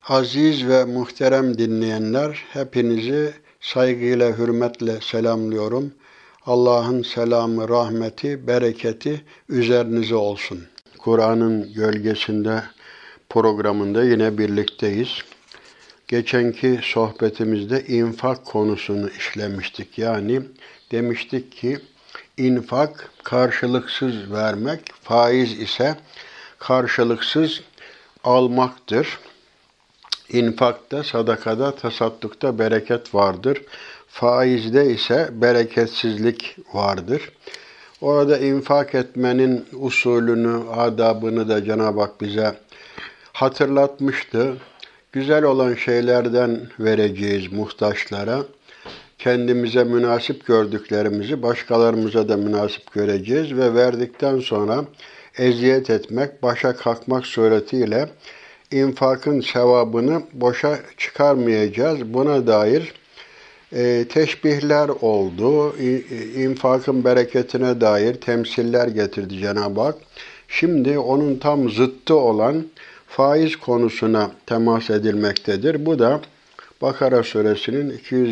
Aziz ve muhterem dinleyenler, hepinizi saygıyla, hürmetle selamlıyorum. Allah'ın selamı, rahmeti, bereketi üzerinize olsun. Kur'an'ın gölgesinde programında yine birlikteyiz. Geçenki sohbetimizde infak konusunu işlemiştik. Yani demiştik ki infak karşılıksız vermek, faiz ise karşılıksız almaktır. İnfakta, sadakada, tasaddukta bereket vardır. Faizde ise bereketsizlik vardır. Orada infak etmenin usulünü, adabını da Cenab-ı Hak bize hatırlatmıştı. Güzel olan şeylerden vereceğiz muhtaçlara. Kendimize münasip gördüklerimizi başkalarımıza da münasip göreceğiz ve verdikten sonra eziyet etmek, başa kalkmak suretiyle infakın sevabını boşa çıkarmayacağız. Buna dair teşbihler oldu. İnfakın bereketine dair temsiller getirdi Cenab-ı Hak. Şimdi onun tam zıttı olan faiz konusuna temas edilmektedir. Bu da Bakara suresinin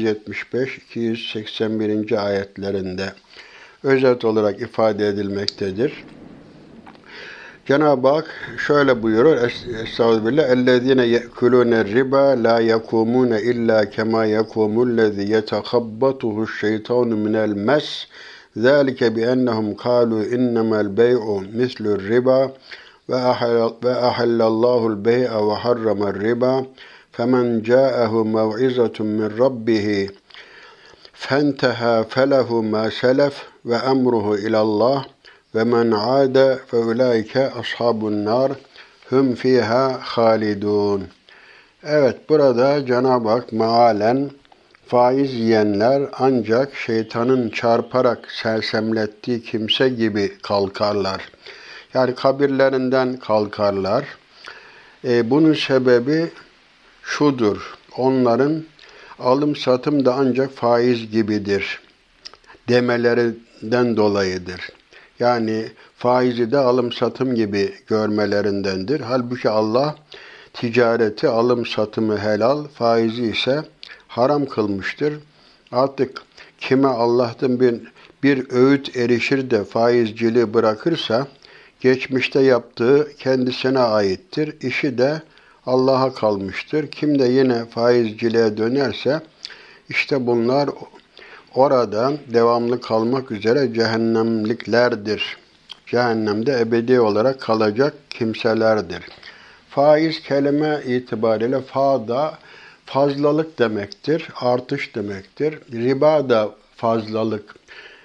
275-281. Ayetlerinde özet olarak ifade edilmektedir. Cenab-ı Hak şöyle buyurur. Estağfirullah. Ellezine yekulune riba la yekumune illa kema yekumellezi yetekhabbatuhu şeytanu minel mes. Zalike bi ennehum kalu innemel bey'u mislur riba ve ahallallahu'l bey'a ve harramer riba. Femen ca'ahu mev'izatun min rabbih fenteha felehu ma selef ve emruhu ilallah. Ve men ade fe ulaike ashabun nar hum fiha halidun. Evet, burada Cenab-ı Hak mealen faiz yiyenler ancak şeytanın çarparak sersemlettiği kimse gibi kalkarlar. Yani kabirlerinden kalkarlar. Bunun sebebi şudur. Onların alım satım da ancak faiz gibidir demelerinden dolayıdır. Yani faizi de alım satım gibi görmelerindendir. Halbuki Allah ticareti, alım satımı helal, faizi ise haram kılmıştır. Artık kime Allah'tan bir öğüt erişir de faizciliği bırakırsa, geçmişte yaptığı kendisine aittir. İşi de Allah'a kalmıştır. Kim de yine faizciliğe dönerse, işte bunlar orada devamlı kalmak üzere cehennemliklerdir. Cehennemde ebedi olarak kalacak kimselerdir. Faiz kelime itibariyle fa da fazlalık demektir, artış demektir. Riba da fazlalık.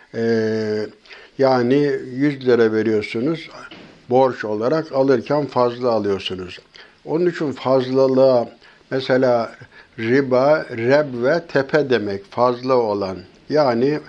Yani 100 lira veriyorsunuz, borç olarak alırken fazla alıyorsunuz. Onun için fazlalığa mesela riba, reb ve tepe demek, fazla olan. Yani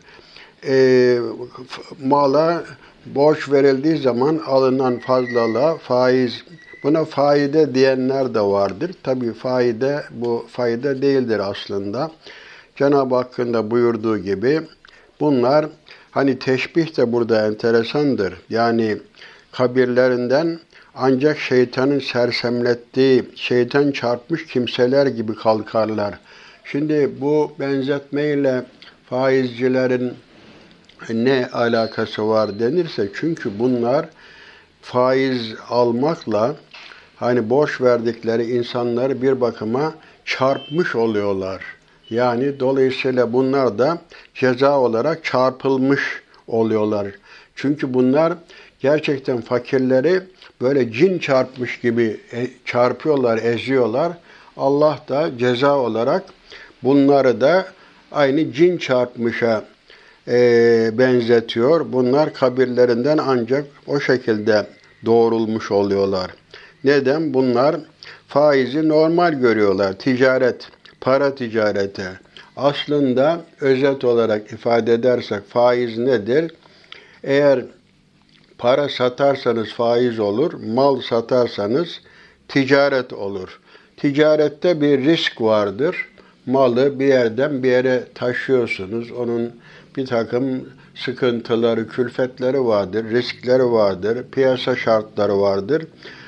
mala borç verildiği zaman alınan fazlalığa faiz, buna faide diyenler de vardır. Tabii faide bu faide değildir aslında. Cenab-ı Hakk'ın da buyurduğu gibi bunlar, hani teşbih de burada enteresandır. Yani kabirlerinden ancak şeytanın sersemlettiği, şeytan çarpmış kimseler gibi kalkarlar. Şimdi bu benzetmeyle faizcilerin ne alakası var denirse, çünkü bunlar faiz almakla hani borç verdikleri insanları bir bakıma çarpmış oluyorlar. Yani dolayısıyla bunlar da ceza olarak çarpılmış oluyorlar. Çünkü bunlar gerçekten fakirleri böyle cin çarpmış gibi çarpıyorlar, eziyorlar. Allah da ceza olarak bunları da aynı cin çarpmışa benzetiyor. Bunlar kabirlerinden ancak o şekilde doğrulmuş oluyorlar. Neden? Bunlar faizi normal görüyorlar. Ticaret, para ticareti. Aslında özet olarak ifade edersek faiz nedir? Eğer para satarsanız faiz olur, mal satarsanız ticaret olur. Ticarette bir risk vardır. Malı bir yerden bir yere taşıyorsunuz. Onun bir takım sıkıntıları, külfetleri vardır, riskleri vardır, piyasa şartları vardır.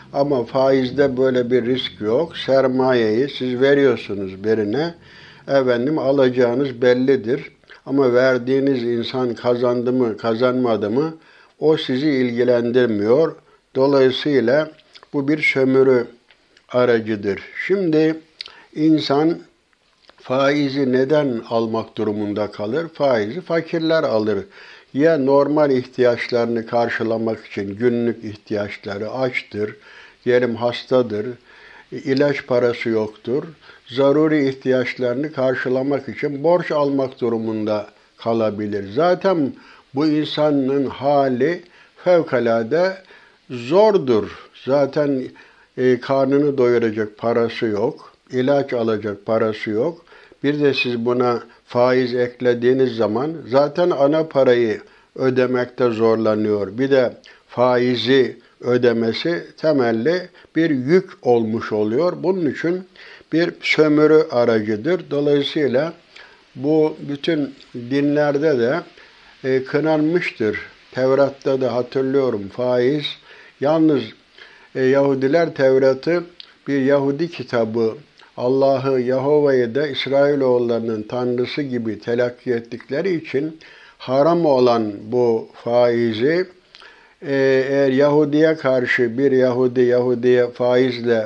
Ama faizde böyle bir risk yok. Sermayeyi siz veriyorsunuz birine. Efendim alacağınız bellidir. Ama verdiğiniz insan kazandı mı, kazanmadı mı o sizi ilgilendirmiyor. Dolayısıyla bu bir sömürü aracıdır. Şimdi insan faizi neden almak durumunda kalır? Faizi fakirler alır. Ya normal ihtiyaçlarını karşılamak için günlük ihtiyaçları açtır, diyelim hastadır, ilaç parası yoktur. Zaruri ihtiyaçlarını karşılamak için borç almak durumunda kalabilir. Zaten bu insanın hali fevkalade zordur. Zaten karnını doyuracak parası yok, ilaç alacak parası yok. Bir de siz buna faiz eklediğiniz zaman zaten ana parayı ödemekte zorlanıyor. Bir de faizi ödemesi temelli bir yük olmuş oluyor. Bunun için bir sömürü aracıdır. Dolayısıyla bu bütün dinlerde de kınanmıştır. Tevrat'ta da hatırlıyorum faiz. Yalnız Yahudiler Tevrat'ı bir Yahudi kitabı, Allah'ı, Yahova'yı da İsrailoğullarının Tanrısı gibi telakki ettikleri için haram olan bu faizi eğer Yahudi'ye karşı bir Yahudi'ye faizle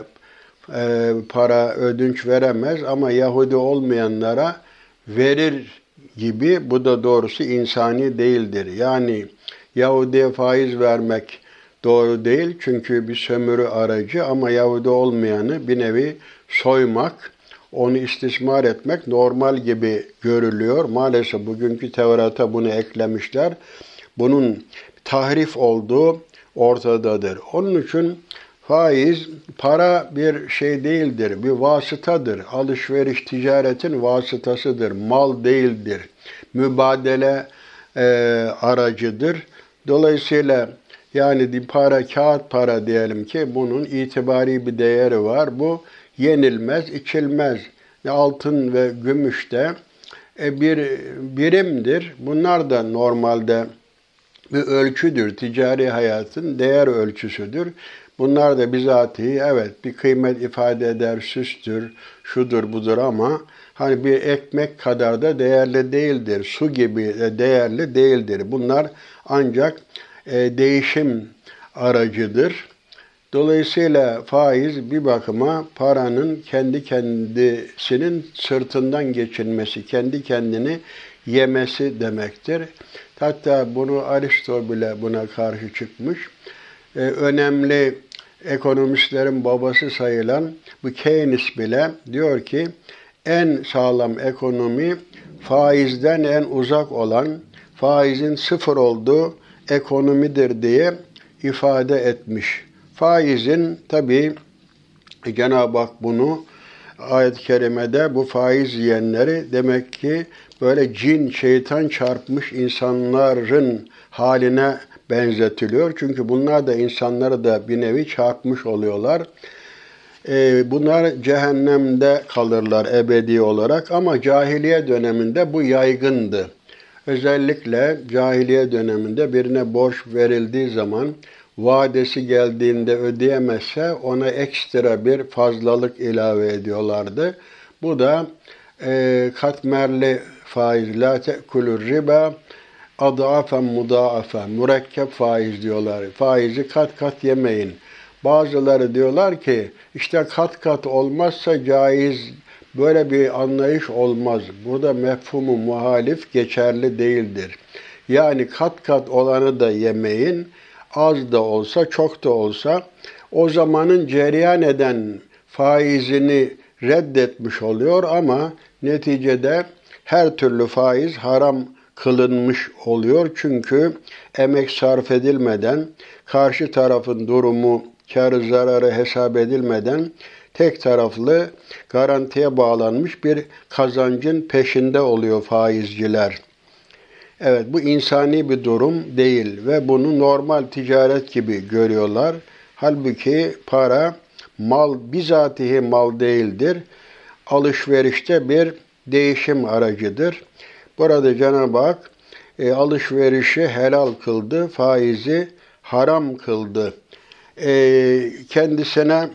para ödünç veremez ama Yahudi olmayanlara verir gibi, bu da doğrusu insani değildir. Yani Yahudi'ye faiz vermek doğru değil çünkü bir sömürü aracı ama Yahudi olmayanı bir nevi soymak, onu istismar etmek normal gibi görülüyor. Maalesef bugünkü Tevrat'a bunu eklemişler. Bunun tahrif olduğu ortadadır. Onun için faiz para bir şey değildir, bir vasıtadır. Alışveriş ticaretin vasıtasıdır, mal değildir. Mübadele aracıdır. Dolayısıyla yani para, kağıt para diyelim ki bunun itibari bir değeri var. Bu yenilmez, içilmez. Altın ve gümüş de bir birimdir. Bunlar da normalde bir ölçüdür. Ticari hayatın değer ölçüsüdür. Bunlar da bizatihi evet bir kıymet ifade eder, süstür, şudur budur ama hani bir ekmek kadar da değerli değildir. Su gibi de değerli değildir. Bunlar ancak değişim aracıdır. Dolayısıyla faiz bir bakıma paranın kendi kendisinin sırtından geçinmesi, kendi kendini yemesi demektir. Hatta bunu Aristo bile buna karşı çıkmış. Önemli ekonomistlerin babası sayılan bu Keynes bile diyor ki en sağlam ekonomi faizden en uzak olan, faizin sıfır olduğu ekonomidir diye ifade etmiş. Faizin tabii Cenab-ı Hak bunu ayet-i kerimede bu faiz yiyenleri demek ki böyle cin, şeytan çarpmış insanların haline benzetiliyor. Çünkü bunlar da insanları da bir nevi çarpmış oluyorlar. Bunlar cehennemde kalırlar ebedi olarak ama cahiliye döneminde bu yaygındı. Özellikle cahiliye döneminde birine borç verildiği zaman vadesi geldiğinde ödeyemezse ona ekstra bir fazlalık ilave ediyorlardı. Bu da katmerli faiz, la te'kulur riba, adâfen mudâafen, mürekkep faiz diyorlar. Faizi kat kat yemeyin. Bazıları diyorlar ki işte kat kat olmazsa caiz, böyle bir anlayış olmaz. Burada mefhumu muhalif geçerli değildir. Yani kat kat olanı da yemeyin, az da olsa çok da olsa o zamanın cereyan eden faizini reddetmiş oluyor ama neticede her türlü faiz haram kılınmış oluyor. Çünkü emek sarf edilmeden, karşı tarafın durumu, kârı zararı hesap edilmeden tek taraflı garantiye bağlanmış bir kazancın peşinde oluyor faizciler. Evet, bu insani bir durum değil ve bunu normal ticaret gibi görüyorlar. Halbuki para, mal bizatihi mal değildir. Alışverişte bir değişim aracıdır. Burada Cenab-ı Hak alışverişi helal kıldı, faizi haram kıldı. kendisine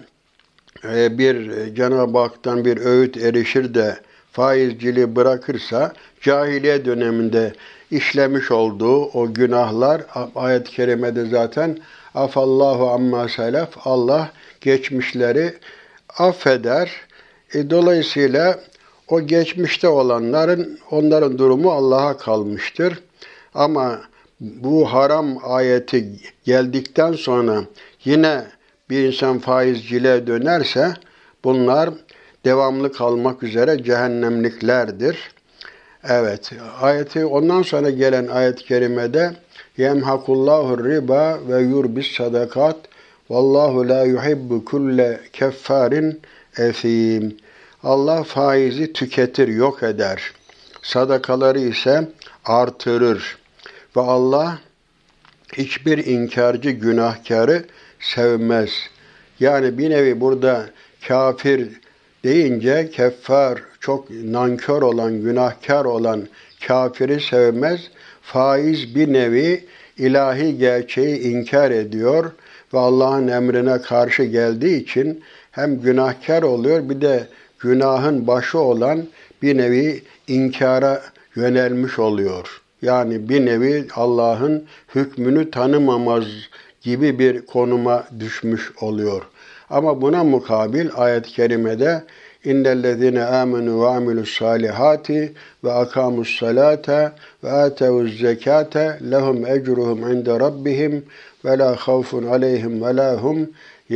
bir Cenab-ı Hak'tan bir öğüt erişir de faizciliği bırakırsa cahiliye döneminde işlemiş olduğu o günahlar ayet-i kerimede zaten afallahu amma selef, Allah geçmişleri affeder. Dolayısıyla o geçmişte olanların onların durumu Allah'a kalmıştır. Ama bu haram ayeti geldikten sonra yine bir insan faizciliğe dönerse bunlar devamlı kalmak üzere cehennemliklerdir. Evet, ayeti ondan sonra gelen ayet-i kerimede yemhakullahu riba ve yurbis sadakat vallahu la yuhibbu kulle keffarin efim. Allah faizi tüketir, yok eder. Sadakaları ise artırır. Ve Allah hiçbir inkarcı, günahkarı sevmez. Yani bir nevi burada kafir deyince keffar, çok nankör olan, günahkar olan kafiri sevmez. Faiz bir nevi ilahi gerçeği inkar ediyor ve Allah'ın emrine karşı geldiği için hem günahkar oluyor, bir de günahın başı olan bir nevi inkara yönelmiş oluyor. Yani bir nevi Allah'ın hükmünü tanımamaz gibi bir konuma düşmüş oluyor. Ama buna mukabil ayet-i kerimede innellezine amenu ve amilus salihati ve akamus salate ve atevuz zekate lehum ecruhum inde rabbihim ve la havfun aleyhim ve la hum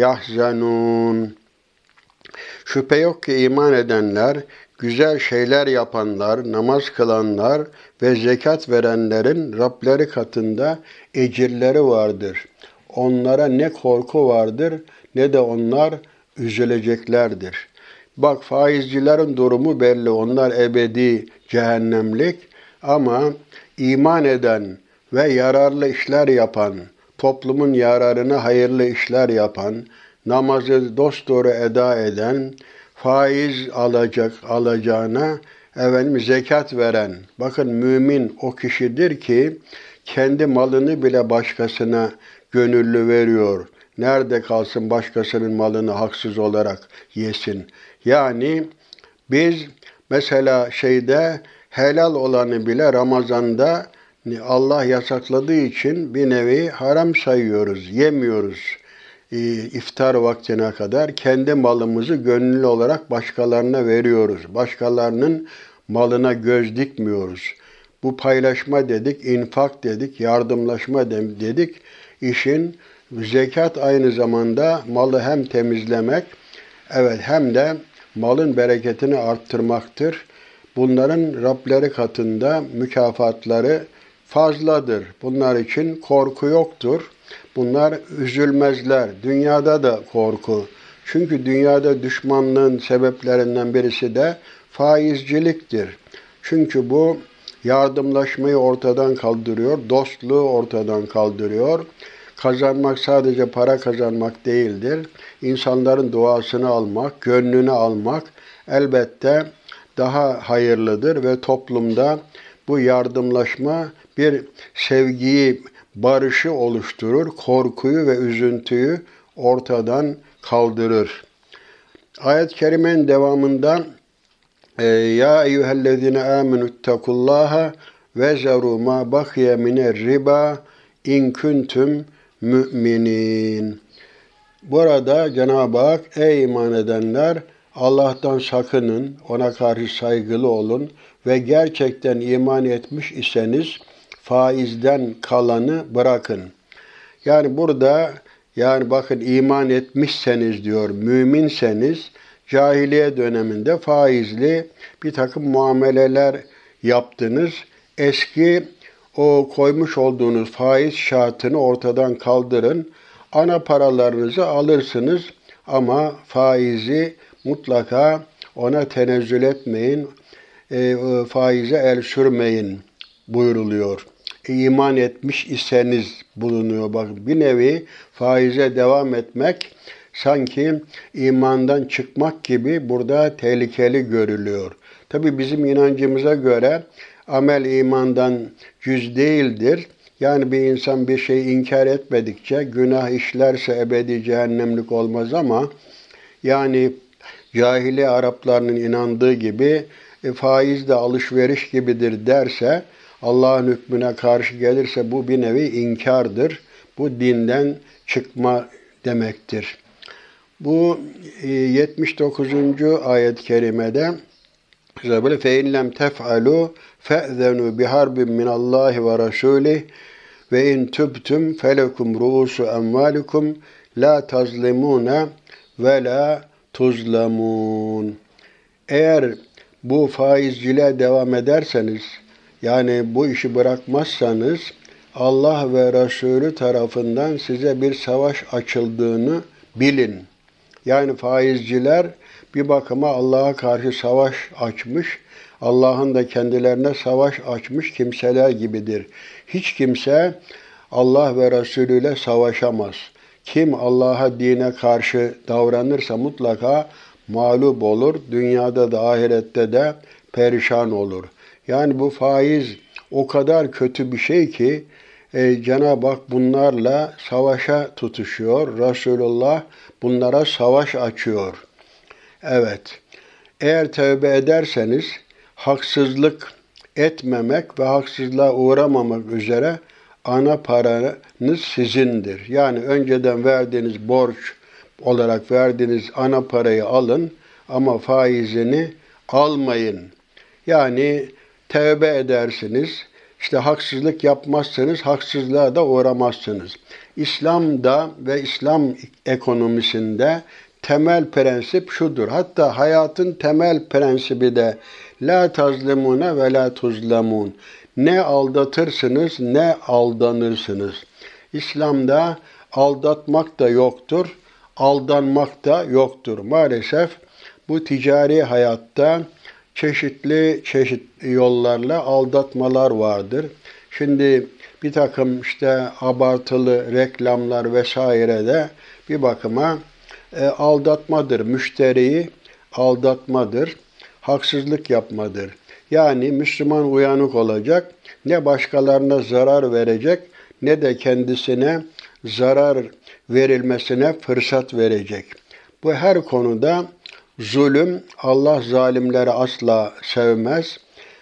yahzanun. Şüphe yok ki iman edenler, güzel şeyler yapanlar, namaz kılanlar ve zekat verenlerin Rableri katında ecirleri vardır. Onlara ne korku vardır ne de onlar üzüleceklerdir. Bak faizcilerin durumu belli. Onlar ebedi cehennemlik ama iman eden ve yararlı işler yapan, toplumun yararına hayırlı işler yapan, namazı dosdoğru eda eden, faiz alacağına zekat veren. Bakın mümin o kişidir ki kendi malını bile başkasına gönüllü veriyor. Nerede kalsın başkasının malını haksız olarak yesin. Yani biz mesela helal olanı bile Ramazan'da Allah yasakladığı için bir nevi haram sayıyoruz, yemiyoruz. İftar vaktine kadar kendi malımızı gönüllü olarak başkalarına veriyoruz. Başkalarının malına göz dikmiyoruz. Bu paylaşma dedik, infak dedik, yardımlaşma dedik. İşin zekat aynı zamanda malı hem temizlemek, hem de malın bereketini arttırmaktır. Bunların Rableri katında mükafatları fazladır. Bunlar için korku yoktur. Bunlar üzülmezler. Dünyada da korku. Çünkü dünyada düşmanlığın sebeplerinden birisi de faizciliktir. Çünkü bu yardımlaşmayı ortadan kaldırıyor, dostluğu ortadan kaldırıyor. Kazanmak sadece para kazanmak değildir. İnsanların duasını almak, gönlünü almak elbette daha hayırlıdır ve toplumda bu yardımlaşma bir sevgiyi, barışı oluşturur, korkuyu ve üzüntüyü ortadan kaldırır. Ayet-i kerimenin devamında ya eyyühellezine amenüttekullaha ve zeru ma bakiye miner riba in kuntum müminin. Burada Cenab-ı Hak ey iman edenler Allah'tan sakının, ona karşı saygılı olun ve gerçekten iman etmiş iseniz faizden kalanı bırakın. Yani burada bakın iman etmişseniz diyor, müminseniz cahiliye döneminde faizli bir takım muameleler yaptınız. Eski o koymuş olduğunuz faiz şartını ortadan kaldırın. Ana paralarınızı alırsınız ama faizi mutlaka ona tenezzül etmeyin, faize el sürmeyin buyuruluyor. İman etmiş iseniz bulunuyor. Bak bir nevi faize devam etmek sanki imandan çıkmak gibi burada tehlikeli görülüyor. Tabi bizim inancımıza göre amel imandan cüz değildir. Yani bir insan bir şeyi inkar etmedikçe günah işlerse ebedi cehennemlik olmaz ama yani cahili Araplarının inandığı gibi faiz de alışveriş gibidir derse, Allah'ın hükmüne karşı gelirse bu bir nevi inkardır. Bu dinden çıkma demektir. Bu 79. ayet-i kerimede böyle فَاِنْ لَمْ تَفْعَلُوا فَأْذَنُوا بِحَرْبٍ مِنَ اللّٰهِ وَرَسُولِهِ وَاِنْ تُبْتُمْ فَلَكُمْ رُؤُوسُ اَمْوَالِكُمْ لَا تَظْلِمُونَ وَلَا تُظْلَمُونَ. Eğer bu faizciliğe devam ederseniz, yani bu işi bırakmazsanız, Allah ve Resulü tarafından size bir savaş açıldığını bilin. Yani faizciler bir bakıma Allah'a karşı savaş açmış, Allah'ın da kendilerine savaş açmış kimseler gibidir. Hiç kimse Allah ve Resulü ile savaşamaz. Kim Allah'a, dine karşı davranırsa mutlaka mağlup olur. Dünyada da ahirette de perişan olur. Yani bu faiz o kadar kötü bir şey ki Cenab-ı Hak bunlarla savaşa tutuşuyor. Resulullah bunlara savaş açıyor. Evet. Eğer tövbe ederseniz haksızlık etmemek ve haksızlığa uğramamak üzere ana paranız sizindir. Yani önceden verdiğiniz borç olarak verdiğiniz ana parayı alın ama faizini almayın. Yani tövbe edersiniz, işte haksızlık yapmazsınız, haksızlığa da uğramazsınız. İslam'da ve İslam ekonomisinde temel prensip şudur. Hatta hayatın temel prensibi de la tazlimune ve la tuzlamun. Ne aldatırsınız ne aldanırsınız. İslam'da aldatmak da yoktur, aldanmak da yoktur. Maalesef bu ticari hayatta çeşitli yollarla aldatmalar vardır. Şimdi bir takım işte abartılı reklamlar vesaire de bir bakıma aldatmadır. Müşteriyi aldatmadır. Haksızlık yapmadır. Yani Müslüman uyanık olacak. Ne başkalarına zarar verecek ne de kendisine zarar verilmesine fırsat verecek. Bu her konuda zulüm, Allah zalimleri asla sevmez.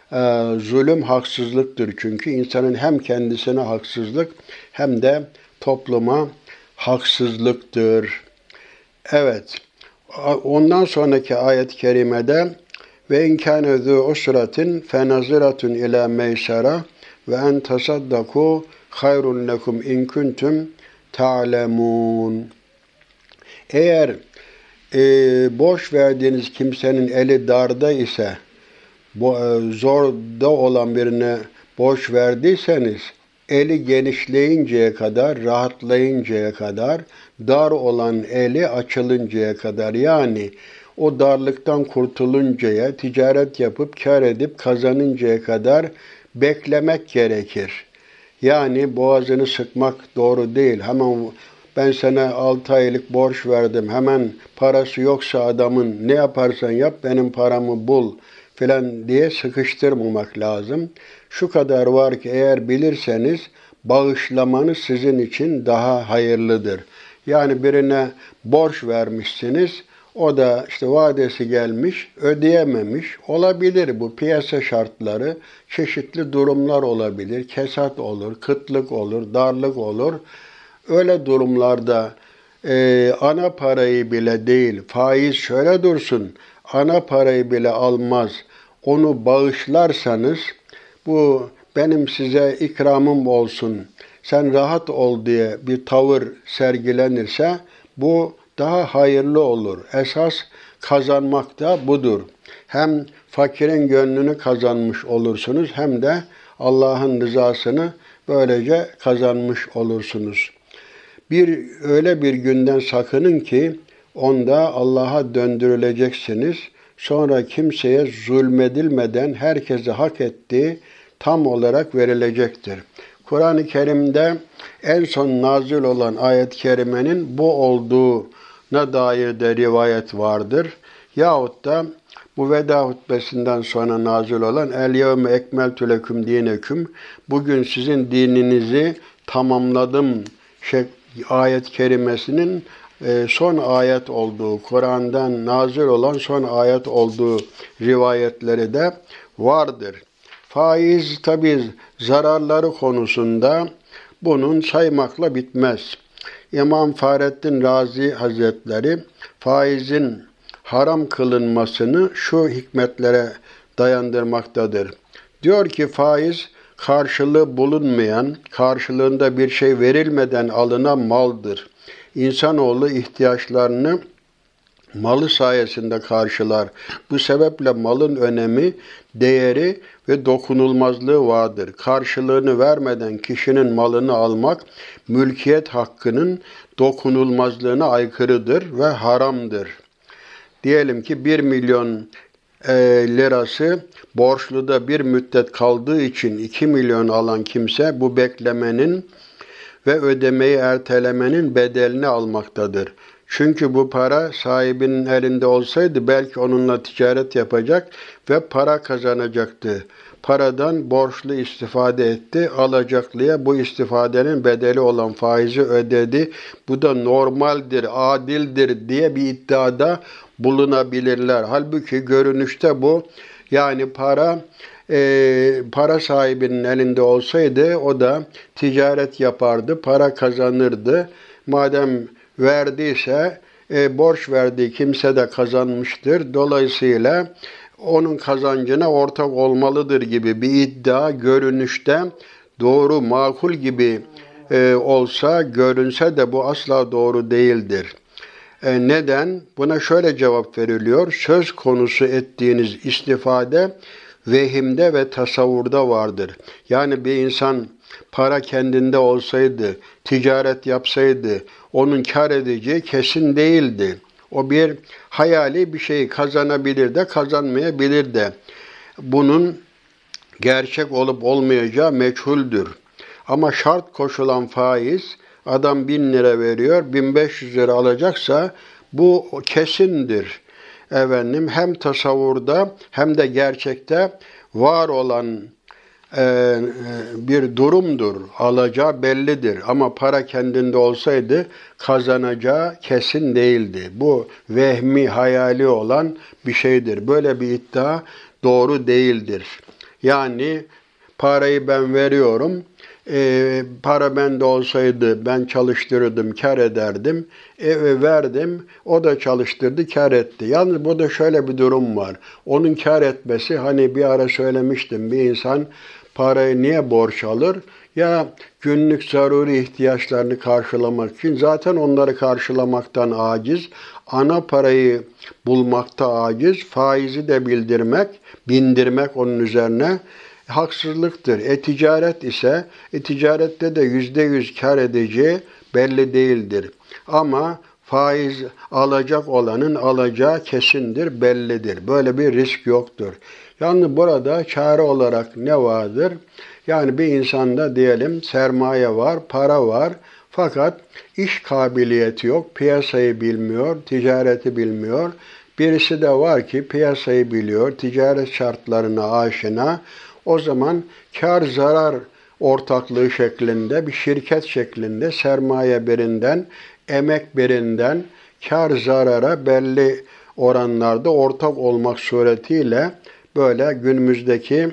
Zulüm haksızlıktır çünkü insanın hem kendisine haksızlık hem de topluma haksızlıktır. Evet. Ondan sonraki ayet-i kerimede ve in kana zu usratin fenaziratun ila meysara ve en tasaddaku hayrun lekum in kuntum ta'lemun. Eğer borç verdiğiniz kimsenin eli darda ise, zorda olan birine borç verdiyseniz, eli genişleyinceye kadar, rahatlayıncaya kadar, dar olan eli açılıncaya kadar, yani o darlıktan kurtuluncaya, ticaret yapıp kar edip kazanıncaya kadar beklemek gerekir. Yani boğazını sıkmak doğru değil. Hemen ben sana 6 aylık borç verdim, hemen parası yoksa adamın ne yaparsan yap benim paramı bul filan diye sıkıştırmamak lazım. Şu kadar var ki eğer bilirseniz bağışlamanız sizin için daha hayırlıdır. Yani birine borç vermişsiniz, o da işte vadesi gelmiş, ödeyememiş olabilir. Bu piyasa şartları, çeşitli durumlar olabilir. Kesat olur, kıtlık olur, darlık olur. Öyle durumlarda ana parayı bile değil, faiz şöyle dursun, ana parayı bile almaz, onu bağışlarsanız, bu benim size ikramım olsun, sen rahat ol diye bir tavır sergilenirse, bu daha hayırlı olur. Esas kazanmak da budur. Hem fakirin gönlünü kazanmış olursunuz, hem de Allah'ın rızasını böylece kazanmış olursunuz. Öyle bir günden sakının ki onda Allah'a döndürüleceksiniz. Sonra kimseye zulmedilmeden herkese hak ettiği tam olarak verilecektir. Kur'an-ı Kerim'de en son nazil olan ayet-i kerimenin bu olduğuna dair de rivayet vardır. Yahut da bu veda hutbesinden sonra nazil olan El yevme ekmeltü leküm dineküm, bugün sizin dininizi tamamladım ayet-i kerimesinin son ayet olduğu, Kur'an'dan nazil olan son ayet olduğu rivayetleri de vardır. Faiz tabi zararları konusunda bunun saymakla bitmez. İmam Fahrettin Razi Hazretleri faizin haram kılınmasını şu hikmetlere dayandırmaktadır. Diyor ki faiz karşılığı bulunmayan, karşılığında bir şey verilmeden alınan maldır. İnsanoğlu ihtiyaçlarını malı sayesinde karşılar. Bu sebeple malın önemi, değeri ve dokunulmazlığı vardır. Karşılığını vermeden kişinin malını almak, mülkiyet hakkının dokunulmazlığına aykırıdır ve haramdır. Diyelim ki 1 milyon lirası borçluda bir müddet kaldığı için 2 milyon alan kimse bu beklemenin ve ödemeyi ertelemenin bedelini almaktadır. Çünkü bu para sahibinin elinde olsaydı belki onunla ticaret yapacak ve para kazanacaktı. Paradan borçlu istifade etti, alacaklıya bu istifadenin bedeli olan faizi ödedi. Bu da normaldir, adildir diye bir iddiada bulunabilirler. Halbuki görünüşte bu, yani para sahibinin elinde olsaydı o da ticaret yapardı, para kazanırdı. Madem verdiyse borç verdiği kimse de kazanmıştır. Dolayısıyla onun kazancına ortak olmalıdır gibi bir iddia görünüşte doğru, makul gibi olsa, görünse de bu asla doğru değildir. Neden? Buna şöyle cevap veriliyor. Söz konusu ettiğiniz istifade vehimde ve tasavvurda vardır. Yani bir insan para kendinde olsaydı, ticaret yapsaydı, onun kar edeceği kesin değildi. O bir hayali bir şeyi kazanabilir de kazanmayabilir de. Bunun gerçek olup olmayacağı meçhuldür. Ama şart koşulan faiz, adam 1000 lira veriyor, 1500 lira alacaksa bu kesindir. Hem tasavvurda hem de gerçekte var olan bir durumdur. Alacağı bellidir. Ama para kendinde olsaydı kazanacağı kesin değildi. Bu vehmi, hayali olan bir şeydir. Böyle bir iddia doğru değildir. Yani parayı ben veriyorum, para bende olsaydı ben çalıştırırdım, kar ederdim. Verdim, o da çalıştırdı, kar etti. Yalnız burada şöyle bir durum var. Onun kar etmesi, hani bir ara söylemiştim, bir insan parayı niye borç alır? Ya günlük zaruri ihtiyaçlarını karşılamak için, zaten onları karşılamaktan aciz, ana parayı bulmakta aciz, faizi de bindirmek onun üzerine haksızlıktır. Ticaret ise, ticarette de %100 kar edeceği belli değildir. Ama faiz alacak olanın alacağı kesindir, bellidir. Böyle bir risk yoktur. Yani burada çare olarak ne vardır? Yani bir insanda diyelim sermaye var, para var. Fakat iş kabiliyeti yok, piyasayı bilmiyor, ticareti bilmiyor. Birisi de var ki piyasayı biliyor, ticaret şartlarına aşina. O zaman kar zarar ortaklığı şeklinde, bir şirket şeklinde sermaye birinden, emek birinden kar zarara belli oranlarda ortak olmak suretiyle böyle günümüzdeki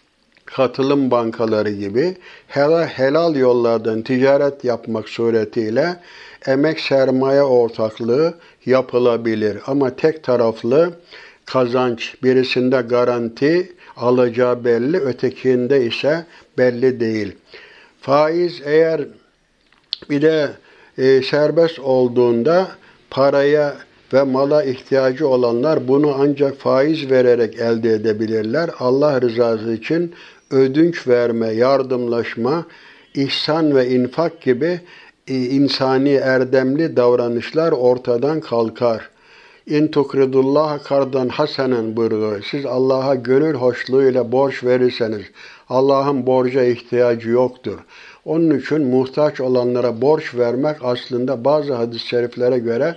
katılım bankaları gibi helal yollardan ticaret yapmak suretiyle emek sermaye ortaklığı yapılabilir. Ama tek taraflı kazanç, birisinde garanti alacağı belli, ötekinde ise belli değil. Faiz eğer bir de serbest olduğunda paraya ve mala ihtiyacı olanlar bunu ancak faiz vererek elde edebilirler. Allah rızası için ödünç verme, yardımlaşma, ihsan ve infak gibi insani erdemli davranışlar ortadan kalkar. İn tukridullaha kardan hasenen buyuruyor. Siz Allah'a gönül hoşluğuyla borç verirseniz Allah'ın borca ihtiyacı yoktur. Onun için muhtaç olanlara borç vermek aslında bazı hadis-i şeriflere göre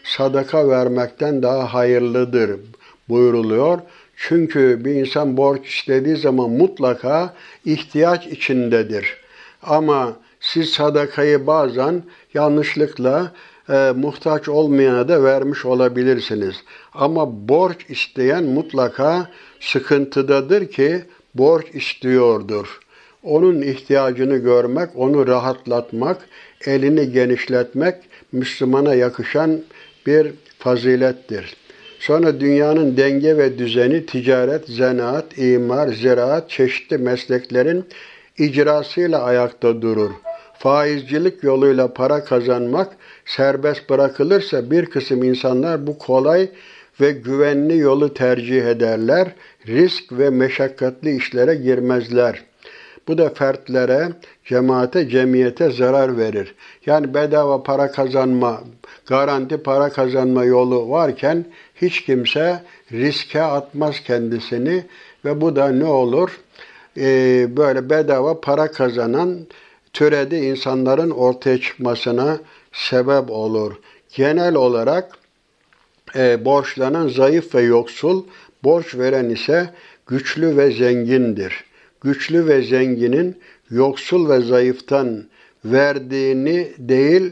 sadaka vermekten daha hayırlıdır buyuruluyor. Çünkü bir insan borç istediği zaman mutlaka ihtiyaç içindedir. Ama siz sadakayı bazen yanlışlıkla muhtaç olmayana da vermiş olabilirsiniz. Ama borç isteyen mutlaka sıkıntıdadır ki borç istiyordur. Onun ihtiyacını görmek, onu rahatlatmak, elini genişletmek Müslümana yakışan bir fazilettir. Sonra dünyanın denge ve düzeni ticaret, zanaat, imar, ziraat, çeşitli mesleklerin icrasıyla ayakta durur. Faizcilik yoluyla para kazanmak serbest bırakılırsa bir kısım insanlar bu kolay ve güvenli yolu tercih ederler, risk ve meşakkatli işlere girmezler. Bu da fertlere, cemaate, cemiyete zarar verir. Yani bedava para kazanma, garanti para kazanma yolu varken hiç kimse riske atmaz kendisini ve bu da ne olur? Böyle bedava para kazanan türedi insanların ortaya çıkmasına sebep olur. Genel olarak borçlanan zayıf ve yoksul, borç veren ise güçlü ve zengindir. Güçlü ve zenginin yoksul ve zayıftan verdiğini değil,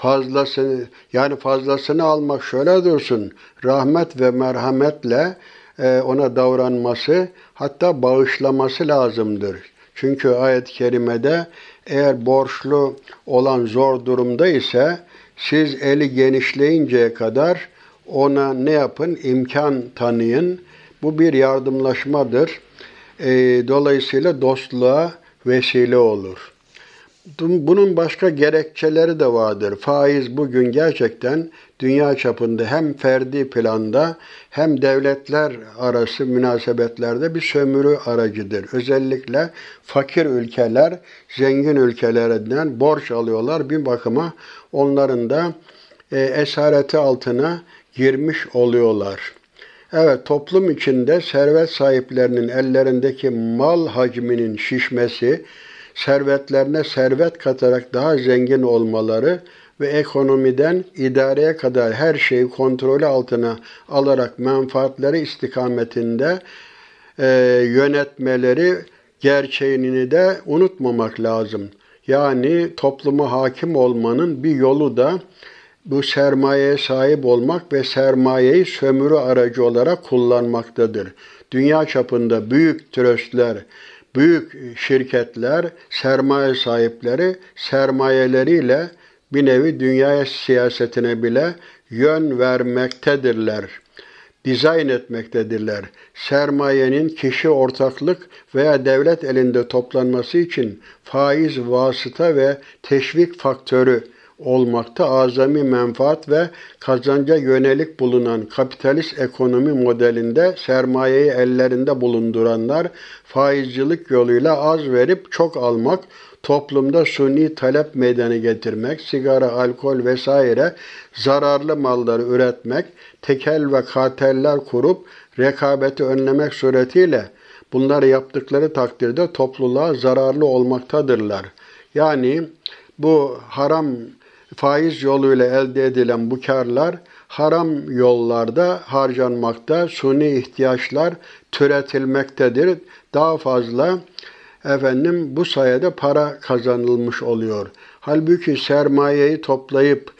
fazlasını almak şöyle dursun, rahmet ve merhametle ona davranması, hatta bağışlaması lazımdır. Çünkü ayet-i kerimede eğer borçlu olan zor durumda ise siz eli genişleyinceye kadar ona ne yapın? İmkan tanıyın. Bu bir yardımlaşmadır. Dolayısıyla dostluğa vesile olur. Bunun başka gerekçeleri de vardır. Faiz bugün gerçekten dünya çapında hem ferdi planda hem devletler arası münasebetlerde bir sömürü aracıdır. Özellikle fakir ülkeler zengin ülkelerinden borç alıyorlar. Bir bakıma onların da esareti altına girmiş oluyorlar. Evet, toplum içinde servet sahiplerinin ellerindeki mal hacminin şişmesi, servetlerine servet katarak daha zengin olmaları ve ekonomiden idareye kadar her şeyi kontrolü altına alarak menfaatleri istikametinde yönetmeleri gerçeğini de unutmamak lazım. Yani topluma hakim olmanın bir yolu da bu sermayeye sahip olmak ve sermayeyi sömürü aracı olarak kullanmaktadır. Dünya çapında büyük tröstler, büyük şirketler, sermaye sahipleri sermayeleriyle bir nevi dünya siyasetine bile yön vermektedirler. Dizayn etmektedirler. Sermayenin kişi ortaklık veya devlet elinde toplanması için faiz vasıta ve teşvik faktörü olmakta azami menfaat ve kazanca yönelik bulunan kapitalist ekonomi modelinde sermayeyi ellerinde bulunduranlar faizcilik yoluyla az verip çok almak, toplumda suni talep meydana getirmek, sigara, alkol vesaire zararlı malları üretmek, tekel ve karteller kurup rekabeti önlemek suretiyle bunları yaptıkları takdirde topluluğa zararlı olmaktadırlar. Yani bu haram faiz yoluyla elde edilen bu karlar haram yollarda harcanmakta, suni ihtiyaçlar türetilmektedir. Daha fazla bu sayede para kazanılmış oluyor. Halbuki sermayeyi toplayıp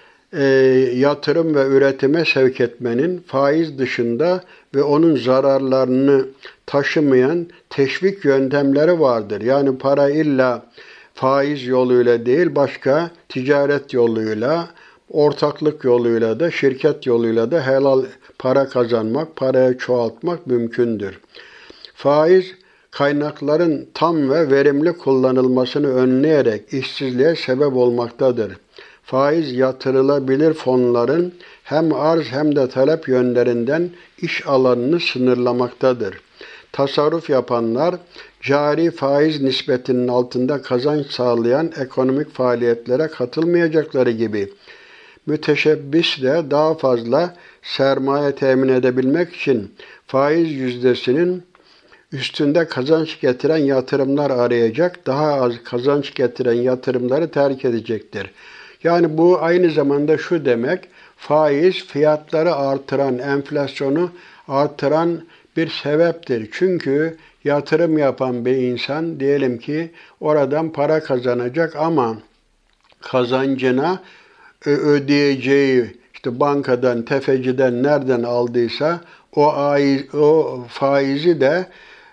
yatırım ve üretime sevk etmenin faiz dışında ve onun zararlarını taşımayan teşvik yöntemleri vardır. Yani para illa faiz yoluyla değil, başka ticaret yoluyla, ortaklık yoluyla da, şirket yoluyla da helal para kazanmak, parayı çoğaltmak mümkündür. Faiz, kaynakların tam ve verimli kullanılmasını önleyerek işsizliğe sebep olmaktadır. Faiz, yatırılabilir fonların hem arz hem de talep yönlerinden iş alanını sınırlamaktadır. Tasarruf yapanlar, cari faiz nispetinin altında kazanç sağlayan ekonomik faaliyetlere katılmayacakları gibi, müteşebbis de daha fazla sermaye temin edebilmek için faiz yüzdesinin üstünde kazanç getiren yatırımlar arayacak, daha az kazanç getiren yatırımları terk edecektir. Yani bu aynı zamanda şu demek, faiz fiyatları artıran, enflasyonu artıran bir sebeptir. Çünkü yatırım yapan bir insan diyelim ki oradan para kazanacak ama kazancına ödeyeceği işte bankadan, tefeciden nereden aldıysa o faizi de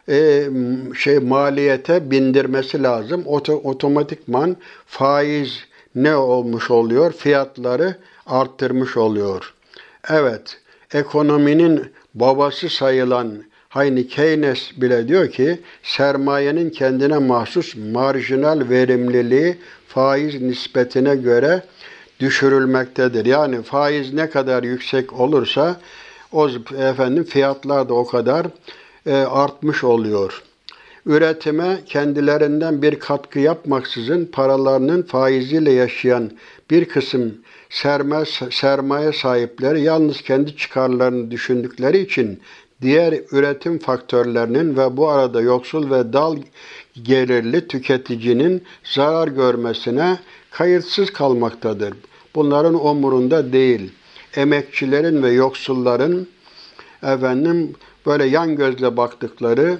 maliyete bindirmesi lazım. Otomatikman faiz ne olmuş oluyor? Fiyatları arttırmış oluyor. Evet, ekonominin babası sayılan Hayni Keynes bile diyor ki sermayenin kendine mahsus marjinal verimliliği faiz nispetine göre düşürülmektedir. Yani faiz ne kadar yüksek olursa fiyatlar da o kadar artmış oluyor. Üretime kendilerinden bir katkı yapmaksızın paralarının faiziyle yaşayan bir kısım sermaye sahipleri yalnız kendi çıkarlarını düşündükleri için diğer üretim faktörlerinin ve bu arada yoksul ve dal gelirli tüketicinin zarar görmesine kayıtsız kalmaktadır. Bunların umurunda değil. Emekçilerin ve yoksulların böyle yan gözle baktıkları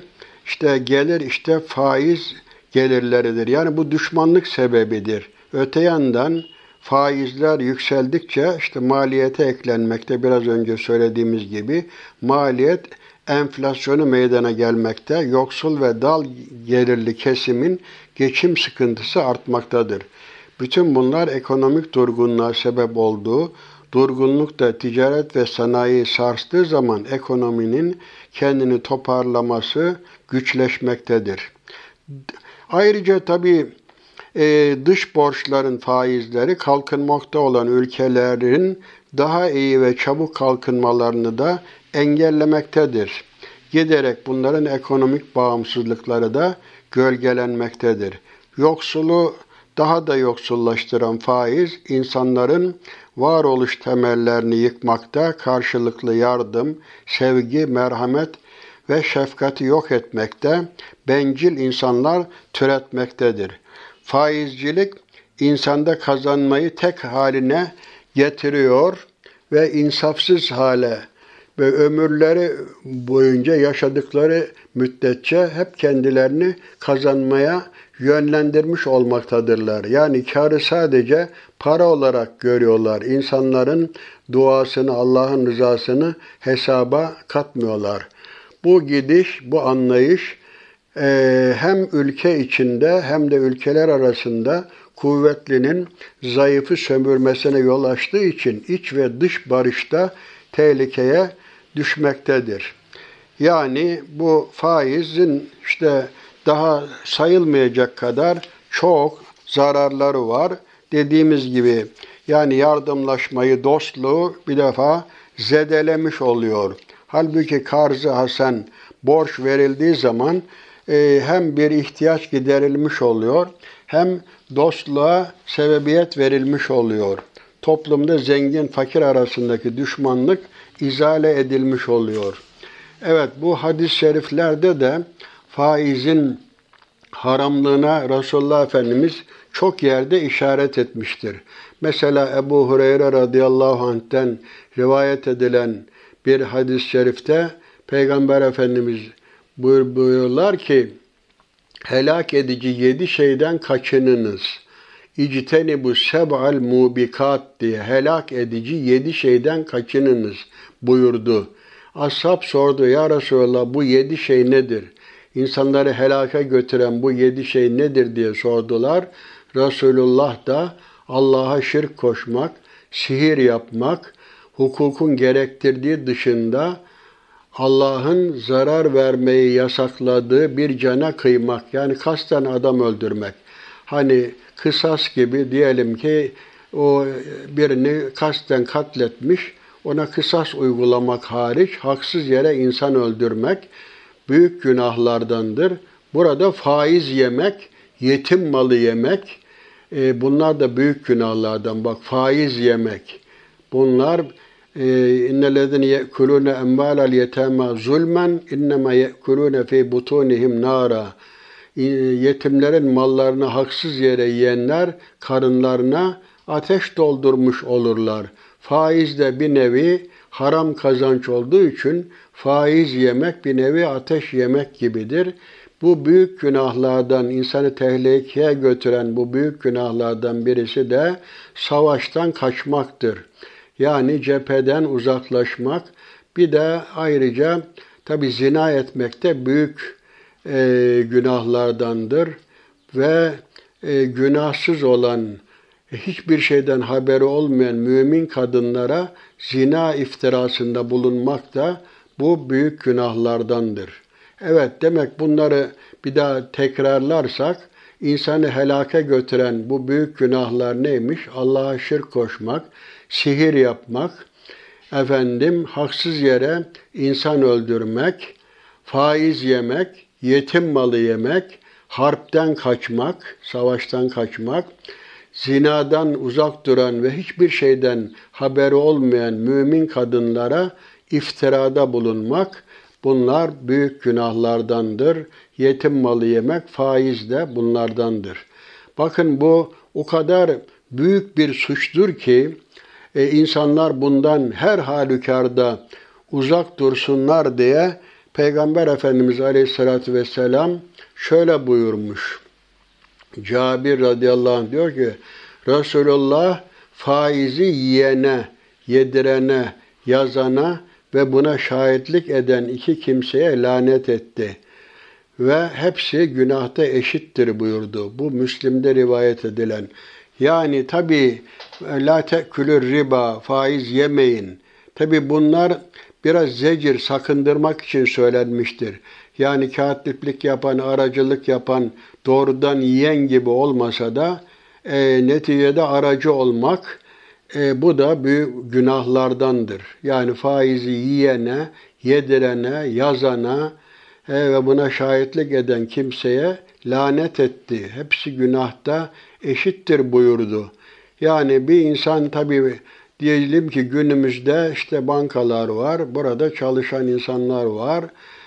gelir faiz gelirleridir. Yani bu düşmanlık sebebidir. Öte yandan faizler yükseldikçe maliyete eklenmekte, biraz önce söylediğimiz gibi maliyet enflasyonu meydana gelmekte, yoksul ve dal gelirli kesimin geçim sıkıntısı artmaktadır. Bütün bunlar ekonomik durgunluğa sebep olduğu, durgunluk da ticaret ve sanayiyi sarstığı zaman ekonominin kendini toparlaması güçleşmektedir. Ayrıca tabii dış borçların faizleri kalkınmakta olan ülkelerin daha iyi ve çabuk kalkınmalarını da engellemektedir. Giderek bunların ekonomik bağımsızlıkları da gölgelenmektedir. Yoksulu daha da yoksullaştıran faiz, insanların varoluş temellerini yıkmakta, karşılıklı yardım, sevgi, merhamet ve şefkati yok etmekte, bencil insanlar türetmektedir. Faizcilik, insanda kazanmayı tek haline getiriyor ve insafsız hale ve ömürleri boyunca yaşadıkları müddetçe hep kendilerini kazanmaya yönlendirmiş olmaktadırlar. Yani kârı sadece para olarak görüyorlar. İnsanların duasını, Allah'ın rızasını hesaba katmıyorlar. Bu gidiş, bu anlayış hem ülke içinde hem de ülkeler arasında kuvvetlinin zayıfı sömürmesine yol açtığı için iç ve dış barışta tehlikeye düşmektedir. Yani bu faizin daha sayılmayacak kadar çok zararları var. Dediğimiz gibi yani yardımlaşmayı, dostluğu bir defa zedelemiş oluyor. Halbuki karz-ı hasen, borç verildiği zaman hem bir ihtiyaç giderilmiş oluyor, hem dostluğa sebebiyet verilmiş oluyor. Toplumda zengin fakir arasındaki düşmanlık izale edilmiş oluyor. Evet, bu hadis-i şeriflerde de faizin haramlığına Resulullah Efendimiz çok yerde işaret etmiştir. Mesela Ebu Hureyre radıyallahu anh'ten rivayet edilen bir hadis-i şerifte Peygamber Efendimiz buyuruyorlar ki helak edici 7 şeyden kaçınınız. İctenibu seb'al mubikat diye helak edici 7 şeyden kaçınınız buyurdu. Ashab sordu, ya Resulallah bu 7 şey nedir? İnsanları helaka götüren bu 7 şey nedir diye sordular. Resulullah da Allah'a şirk koşmak, sihir yapmak, hukukun gerektirdiği dışında Allah'ın zarar vermeyi yasakladığı bir cana kıymak, yani kasten adam öldürmek. Hani kısas gibi diyelim ki o birini kasten katletmiş, ona kısas uygulamak hariç haksız yere insan öldürmek büyük günahlardandır. Burada faiz yemek, yetim malı yemek, bunlar da büyük günahlardan. Bak, faiz yemek. Bunlar innellezine yekulune emvalel yetama zulmen innema yekulune fi butunihim nara. Yetimlerin mallarını haksız yere yiyenler karınlarına ateş doldurmuş olurlar. Faiz de bir nevi haram kazanç olduğu için faiz yemek bir nevi ateş yemek gibidir. Bu büyük günahlardan, insanı tehlikeye götüren bu büyük günahlardan birisi de savaştan kaçmaktır. Yani cepheden uzaklaşmak. Bir de ayrıca tabi zina etmek de büyük günahlardandır. Ve günahsız olan, hiçbir şeyden haberi olmayan mümin kadınlara zina iftirasında bulunmak da bu büyük günahlardandır. Evet, demek bunları bir daha tekrarlarsak, insanı helake götüren bu büyük günahlar neymiş? Allah'a şirk koşmak, sihir yapmak, haksız yere insan öldürmek, faiz yemek, yetim malı yemek, harpten kaçmak, savaştan kaçmak, zinadan uzak duran ve hiçbir şeyden haberi olmayan mümin kadınlara iftirada bulunmak, bunlar büyük günahlardandır. Yetim malı yemek, faiz de bunlardandır. Bakın, bu o kadar büyük bir suçtur ki insanlar bundan her halükarda uzak dursunlar diye Peygamber Efendimiz Aleyhisselatü Vesselam şöyle buyurmuş. Cabir radıyallahu anh diyor ki, Resulullah faizi yiyene, yedirene, yazana ve buna şahitlik eden iki kimseye lanet etti. Ve hepsi günahta eşittir buyurdu. Bu Müslim'de rivayet edilen. Yani tabi la te'külür riba, faiz yemeyin. Tabi bunlar biraz zecir, sakındırmak için söylenmiştir. Yani katiplik yapan, aracılık yapan, doğrudan yiyen gibi olmasa da neticede aracı olmak, bu da büyük günahlardandır. Yani faizi yiyene, yedirene, yazana ve buna şahitlik eden kimseye lanet etti. Hepsi günahta eşittir buyurdu. Yani bir insan tabii, diyelim ki günümüzde işte bankalar var, burada çalışan insanlar var.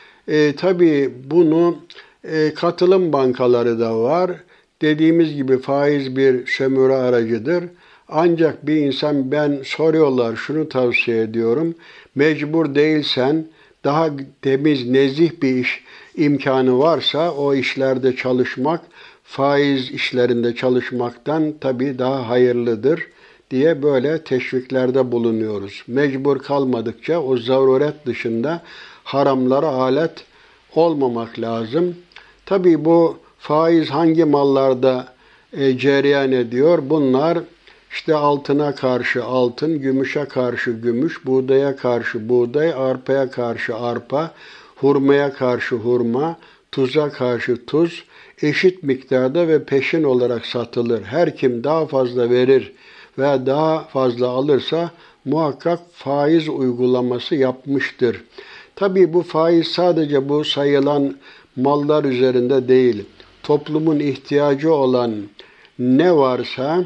Tabii bunu katılım bankaları da var. Dediğimiz gibi faiz bir sömürü aracıdır. Ancak bir insan, ben soruyorlar, şunu tavsiye ediyorum. Mecbur değilsen, daha temiz, nezih bir iş imkanı varsa o işlerde çalışmak, faiz işlerinde çalışmaktan tabii daha hayırlıdır diye böyle teşviklerde bulunuyoruz. Mecbur kalmadıkça o zaruret dışında haramlara alet olmamak lazım. Tabii bu faiz hangi mallarda cereyan ediyor? Bunlar işte altına karşı altın, gümüşe karşı gümüş, buğdaya karşı buğday, arpaya karşı arpa, hurmaya karşı hurma, tuza karşı tuz, eşit miktarda ve peşin olarak satılır. Her kim daha fazla verir ve daha fazla alırsa muhakkak faiz uygulaması yapmıştır. Tabii bu faiz sadece bu sayılan mallar üzerinde değil. Toplumun ihtiyacı olan ne varsa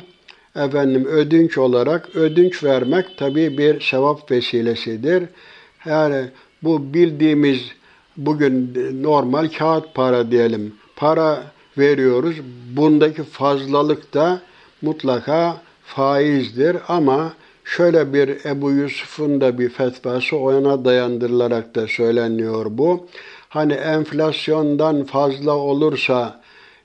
ödünç olarak ödünç vermek tabii bir sevap vesilesidir. Yani bu bildiğimiz bugün normal kağıt para diyelim. Para veriyoruz. Bundaki fazlalık da mutlaka faizdir ama şöyle bir Ebu Yusuf'un da bir fetvası, ona dayandırılarak da söyleniyor bu. Hani enflasyondan fazla olursa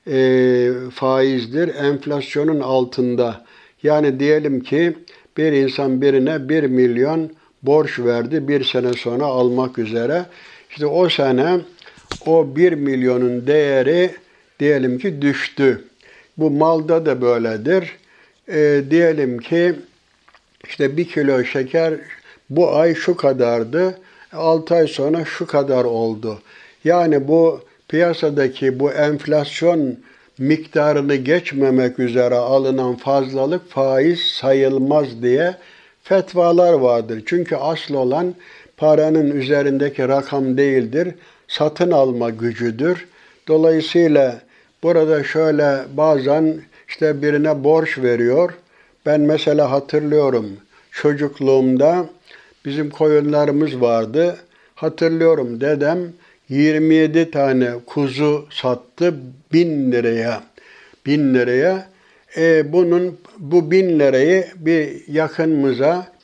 faizdir, enflasyonun altında. Yani diyelim ki bir insan birine 1 milyon borç verdi, bir sene sonra almak üzere. İşte o sene o 1 milyonun değeri diyelim ki düştü. Bu malda da böyledir. Diyelim ki işte 1 kilo şeker bu ay şu kadardı, 6 ay sonra şu kadar oldu. Yani bu piyasadaki bu enflasyon miktarını geçmemek üzere alınan fazlalık faiz sayılmaz diye fetvalar vardır. Çünkü asıl olan paranın üzerindeki rakam değildir, satın alma gücüdür. Dolayısıyla burada şöyle bazen işte birine borç veriyor. Ben mesela hatırlıyorum, çocukluğumda bizim koyunlarımız vardı. Hatırlıyorum, dedem 27 tane kuzu sattı 1000 liraya. 1000 liraya. Bu 1000 lirayı bir yakınımıza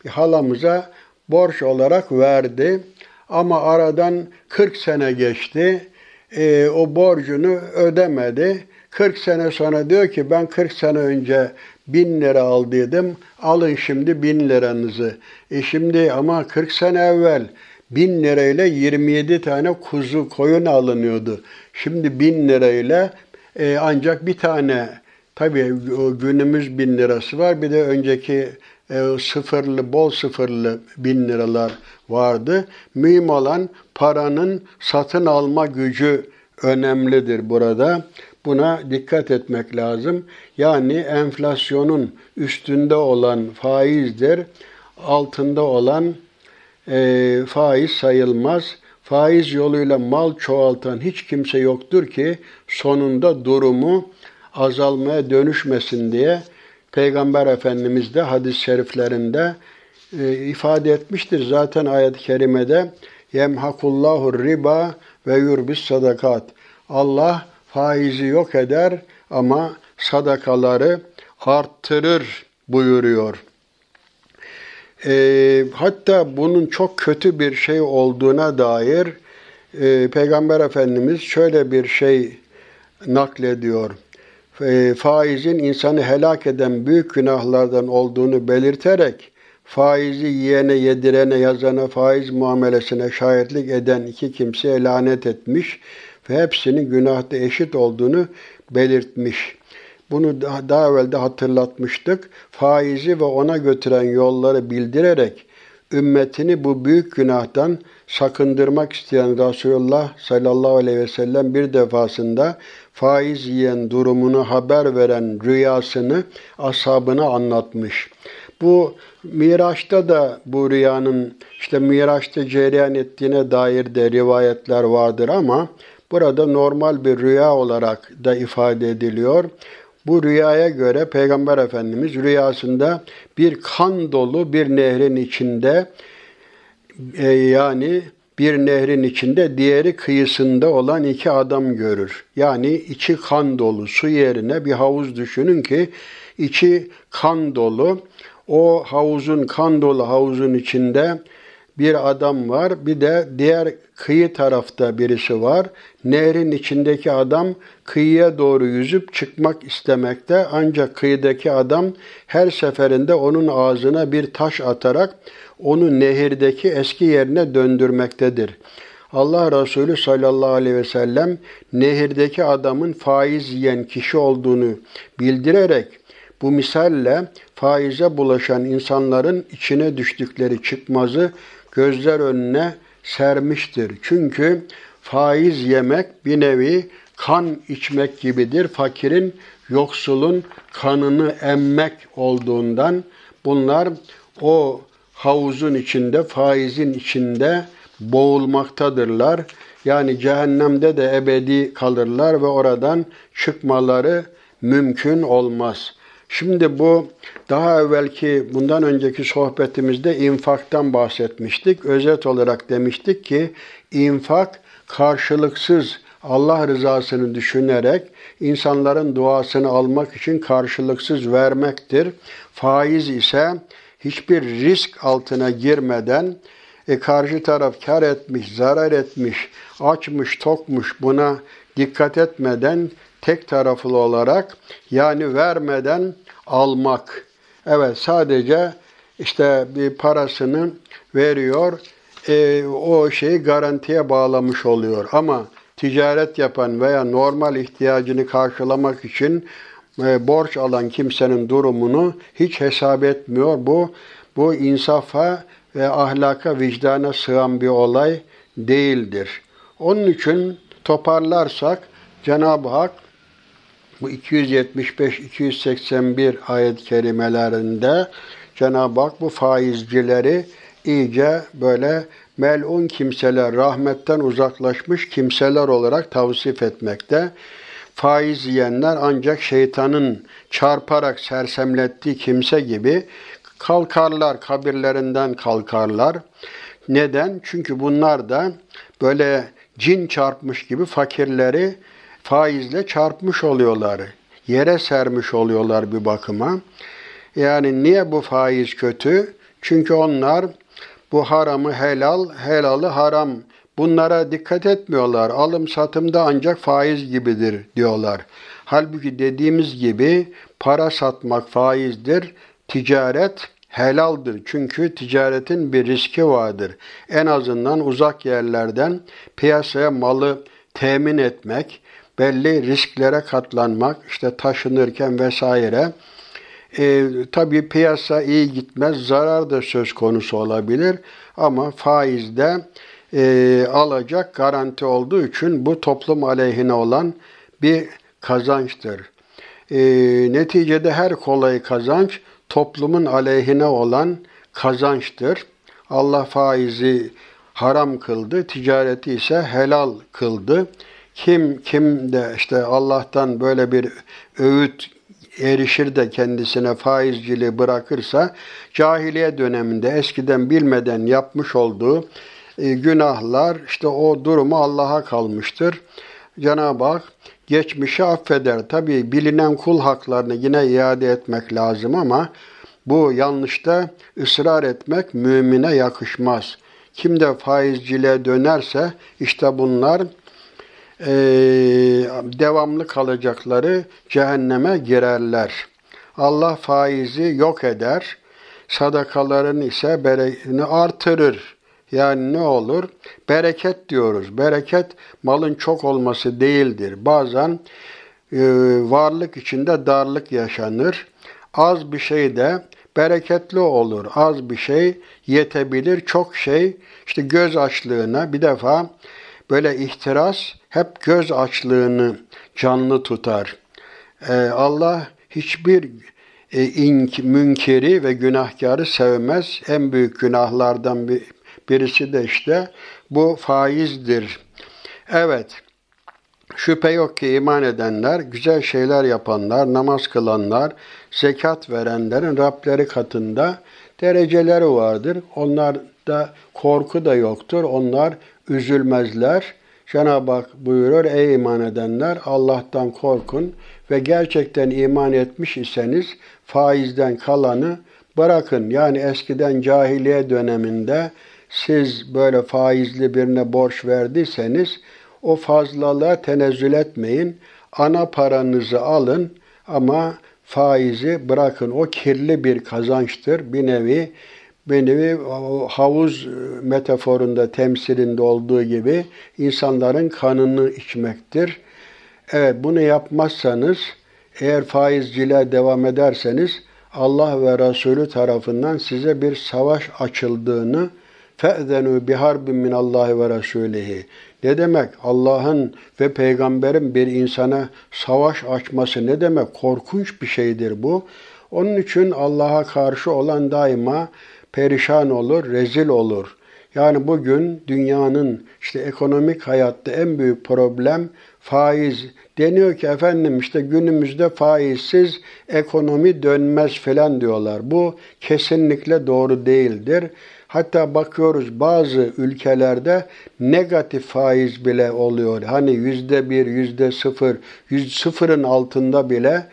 halamıza borç olarak verdi. Ama aradan 40 sene geçti. O borcunu ödemedi. 40 sene sonra diyor ki ben 40 sene önce 1.000 lira aldıydım. Alın şimdi 1.000 liranızı. Şimdi ama 40 sene evvel 1.000 lirayla 27 tane kuzu, koyun alınıyordu. Şimdi 1.000 lirayla ancak bir tane, tabii o günümüz 1.000 lirası var. Bir de önceki sıfırlı, bol sıfırlı 1.000 liralar vardı. Mühim olan paranın satın alma gücü önemlidir burada. Buna dikkat etmek lazım. Yani enflasyonun üstünde olan faizdir, altında olan faiz sayılmaz. Faiz yoluyla mal çoğaltan hiç kimse yoktur ki sonunda durumu azalmaya dönüşmesin diye Peygamber Efendimiz de hadis-i şeriflerinde ifade etmiştir. Zaten ayet-i kerimede yemhakullahu riba ve yurbis sadakat. Allah faizi yok eder ama sadakaları arttırır buyuruyor. Hatta bunun çok kötü bir şey olduğuna dair Peygamber Efendimiz şöyle bir şey naklediyor. Faizin insanı helak eden büyük günahlardan olduğunu belirterek faizi yiyene, yedirene, yazana, faiz muamelesine şahitlik eden iki kimseye lanet etmiş ve hepsinin günahta eşit olduğunu belirtmiş. Bunu daha evvel de hatırlatmıştık. Faizi ve ona götüren yolları bildirerek ümmetini bu büyük günahtan sakındırmak isteyen Resulullah sallallahu aleyhi ve sellem bir defasında faiz yiyen durumunu haber veren rüyasını ashabına anlatmış. Bu Miraç'ta da bu rüyanın Miraç'ta cereyan ettiğine dair de rivayetler vardır ama burada normal bir rüya olarak da ifade ediliyor. Bu rüyaya göre Peygamber Efendimiz rüyasında bir kan dolu bir nehrin içinde yani bir nehrin içinde diğeri kıyısında olan iki adam görür. Yani içi kan dolu su yerine bir havuz düşünün ki içi kan dolu. O kan dolu havuzun içinde bir adam var. Bir de diğer kıyı tarafta birisi var. Nehrin içindeki adam kıyıya doğru yüzüp çıkmak istemekte. Ancak kıyıdaki adam her seferinde onun ağzına bir taş atarak onu nehirdeki eski yerine döndürmektedir. Allah Resulü sallallahu aleyhi ve sellem nehirdeki adamın faiz yiyen kişi olduğunu bildirerek bu misalle faize bulaşan insanların içine düştükleri çıkmazı gözler önüne sermiştir. Çünkü faiz yemek bir nevi kan içmek gibidir. Fakirin, yoksulun kanını emmek olduğundan bunlar o havuzun içinde, faizin içinde boğulmaktadırlar. Yani cehennemde de ebedi kalırlar ve oradan çıkmaları mümkün olmaz. Şimdi bu daha evvelki, bundan önceki sohbetimizde infaktan bahsetmiştik. Özet olarak demiştik ki infak karşılıksız Allah rızasını düşünerek insanların duasını almak için karşılıksız vermektir. Faiz ise hiçbir risk altına girmeden karşı taraf kar etmiş, zarar etmiş, açmış, tokmuş buna dikkat etmeden tek taraflı olarak yani vermeden almak. Evet sadece bir parasını veriyor, o şeyi garantiye bağlamış oluyor. Ama ticaret yapan veya normal ihtiyacını karşılamak için borç alan kimsenin durumunu hiç hesap etmiyor. Bu insafa ve ahlaka, vicdana sığan bir olay değildir. Onun için toparlarsak Cenab-ı Hak bu 275-281 ayet-i kerimelerinde Cenab-ı Hak bu faizcileri iyice böyle melun kimseler, rahmetten uzaklaşmış kimseler olarak tavsif etmekte. Faiz yiyenler ancak şeytanın çarparak sersemlettiği kimse gibi kalkarlar, kabirlerinden kalkarlar. Neden? Çünkü bunlar da böyle cin çarpmış gibi fakirleri faizle çarpmış oluyorlar. Yere sermiş oluyorlar bir bakıma. Yani niye bu faiz kötü? Çünkü onlar bu haramı helal, helalı haram. Bunlara dikkat etmiyorlar. Alım satımda ancak faiz gibidir diyorlar. Halbuki dediğimiz gibi para satmak faizdir. Ticaret helaldir. Çünkü ticaretin bir riski vardır. En azından uzak yerlerden piyasaya malı temin etmek, belli risklere katlanmak, işte taşınırken vesaire. Tabii piyasa iyi gitmez, zarar da söz konusu olabilir ama faizde alacak garanti olduğu için bu toplum aleyhine olan bir kazançtır. Neticede her kolay kazanç toplumun aleyhine olan kazançtır. Allah faizi haram kıldı, ticareti ise helal kıldı. Kim de işte Allah'tan böyle bir öğüt erişir de kendisine faizciliği bırakırsa cahiliye döneminde eskiden bilmeden yapmış olduğu günahlar işte o durumu Allah'a kalmıştır. Cenab-ı Hak geçmişi affeder. Tabii bilinen kul haklarını yine iade etmek lazım ama bu yanlışta ısrar etmek mümine yakışmaz. Kim de faizciliğe dönerse işte bunlar devamlı kalacakları cehenneme girerler. Allah faizi yok eder, sadakaların ise bereketini artırır. Yani ne olur? Bereket diyoruz. Bereket malın çok olması değildir. Bazen varlık içinde darlık yaşanır. Az bir şey de bereketli olur. Az bir şey yetebilir. Çok şey işte göz açlığına bir defa böyle ihtiras hep göz açlığını canlı tutar. Allah hiçbir münkeri ve günahkarı sevmez. En büyük günahlardan birisi de işte bu faizdir. Evet, şüphe yok ki iman edenler, güzel şeyler yapanlar, namaz kılanlar, zekat verenlerin Rableri katında dereceleri vardır. Onlarda korku da yoktur. Onlar üzülmezler. Cenab-ı Hak buyuruyor, ey iman edenler Allah'tan korkun ve gerçekten iman etmiş iseniz faizden kalanı bırakın. Yani eskiden cahiliye döneminde siz böyle faizli birine borç verdiyseniz o fazlalığa tenezzül etmeyin. Ana paranızı alın ama faizi bırakın. O kirli bir kazançtır. Bir nevi havuz metaforunda, temsilinde olduğu gibi insanların kanını içmektir. Evet, bunu yapmazsanız, eğer faizciliğe devam ederseniz, Allah ve Resulü tarafından size bir savaş açıldığını فَاَذَنُوا بِحَرْبٍ مِنَ اللّٰهِ وَرَسُولِهِ. Ne demek? Allah'ın ve peygamberin bir insana savaş açması ne demek? Korkunç bir şeydir bu. Onun için Allah'a karşı olan daima perişan olur, rezil olur. Yani bugün dünyanın işte ekonomik hayatta en büyük problem faiz. Deniyor ki efendim işte günümüzde faizsiz ekonomi dönmez falan diyorlar. Bu kesinlikle doğru değildir. Hatta bakıyoruz bazı ülkelerde negatif faiz bile oluyor. Hani %1, %0, sıfırın altında bile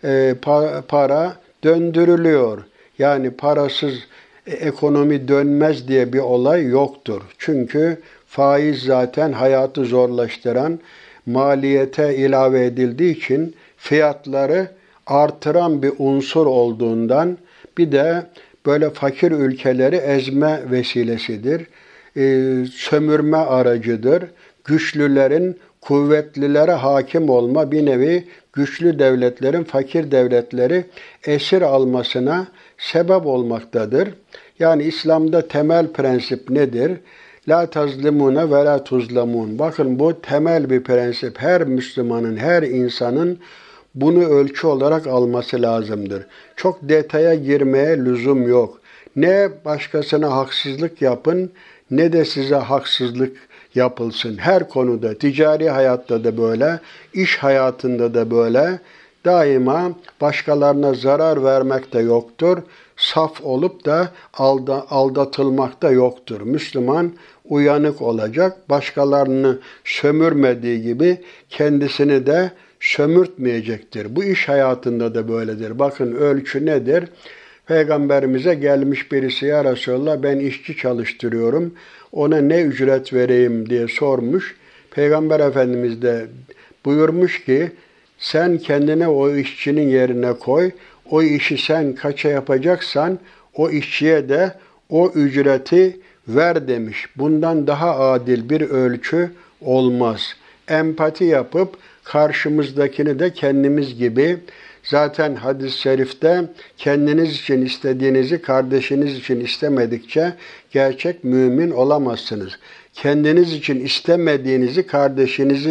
para döndürülüyor. Yani parasız ekonomi dönmez diye bir olay yoktur. Çünkü faiz zaten hayatı zorlaştıran, maliyete ilave edildiği için fiyatları artıran bir unsur olduğundan bir de böyle fakir ülkeleri ezme vesilesidir. Sömürme aracıdır. Güçlülerin kuvvetlilere hakim olma, bir nevi güçlü devletlerin fakir devletleri esir almasına sebep olmaktadır. Yani İslam'da temel prensip nedir? La tazlimune ve la tuzlamun. Bakın bu temel bir prensip. Her Müslümanın, her insanın bunu ölçü olarak alması lazımdır. Çok detaya girmeye lüzum yok. Ne başkasına haksızlık yapın, ne de size haksızlık yapılsın. Her konuda, ticari hayatta da böyle, iş hayatında da böyle, daima başkalarına zarar vermek de yoktur. Saf olup da aldatılmak da yoktur. Müslüman uyanık olacak. Başkalarını sömürmediği gibi kendisini de sömürtmeyecektir. Bu iş hayatında da böyledir. Bakın ölçü nedir? Peygamberimize gelmiş birisi, ya Resulallah ben işçi çalıştırıyorum, ona ne ücret vereyim diye sormuş. Peygamber Efendimiz de buyurmuş ki sen kendine o işçinin yerine koy, o işi sen kaça yapacaksan o işçiye de o ücreti ver demiş. Bundan daha adil bir ölçü olmaz. Empati yapıp karşımızdakini de kendimiz gibi, zaten hadis-i şerifte kendiniz için istediğinizi kardeşiniz için istemedikçe gerçek mümin olamazsınız. Kendiniz için istemediğinizi kardeşinizin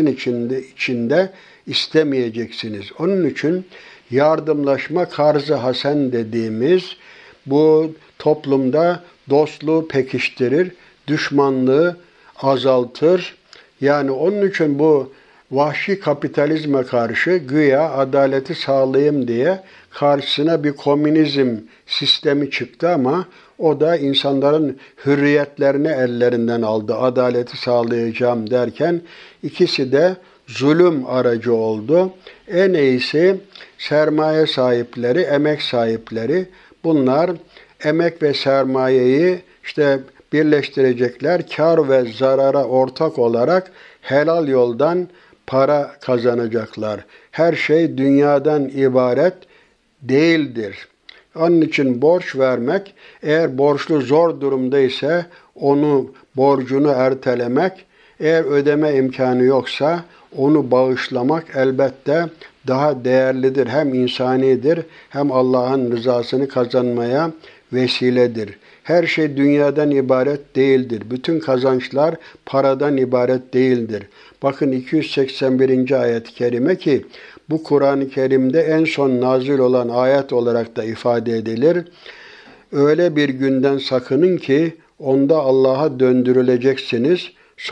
içinde istemeyeceksiniz. Onun için yardımlaşma karz-ı hasen dediğimiz bu toplumda dostluğu pekiştirir, düşmanlığı azaltır. Yani onun için bu vahşi kapitalizme karşı güya adaleti sağlayayım diye karşısına bir komünizm sistemi çıktı ama o da insanların hürriyetlerini ellerinden aldı. Adaleti sağlayacağım derken ikisi de zulüm aracı oldu. En iyisi sermaye sahipleri, emek sahipleri. Bunlar emek ve sermayeyi işte birleştirecekler. Kar ve zarara ortak olarak helal yoldan para kazanacaklar. Her şey dünyadan ibaret değildir. Onun için borç vermek, eğer borçlu zor durumdaysa onu borcunu ertelemek, eğer ödeme imkanı yoksa onu bağışlamak elbette daha değerlidir. Hem insanidir hem Allah'ın rızasını kazanmaya vesiledir. Her şey dünyadan ibaret değildir. Bütün kazançlar paradan ibaret değildir. Bakın 281. ayet-i kerime ki bu Kur'an-ı Kerim'de en son nazil olan ayet olarak da ifade edilir. Öyle bir günden sakının ki onda Allah'a döndürüleceksiniz.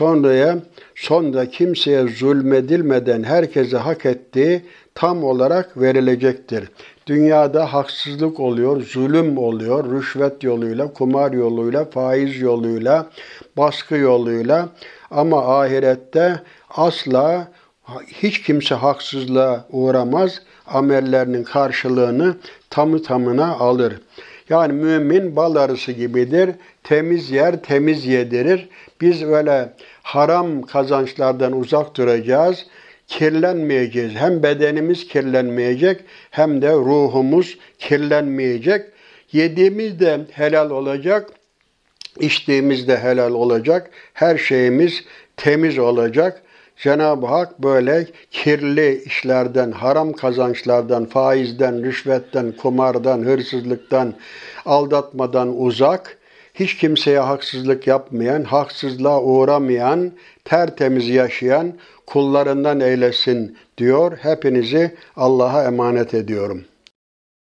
Sonra kimseye zulmedilmeden herkese hak ettiği tam olarak verilecektir. Dünyada haksızlık oluyor, zulüm oluyor, rüşvet yoluyla, kumar yoluyla, faiz yoluyla, baskı yoluyla, ama ahirette asla hiç kimse haksızlığa uğramaz, amellerinin karşılığını tamı tamına alır. Yani mümin bal arısı gibidir, temiz yer, temiz yedirir. Biz öyle haram kazançlardan uzak duracağız, kirlenmeyeceğiz. Hem bedenimiz kirlenmeyecek hem de ruhumuz kirlenmeyecek. Yediğimiz de helal olacak, içtiğimiz de helal olacak. Her şeyimiz temiz olacak. Cenab-ı Hak böyle kirli işlerden, haram kazançlardan, faizden, rüşvetten, kumardan, hırsızlıktan, aldatmadan uzak, hiç kimseye haksızlık yapmayan, haksızlığa uğramayan, tertemiz yaşayan kullarından eylesin diyor. Hepinizi Allah'a emanet ediyorum.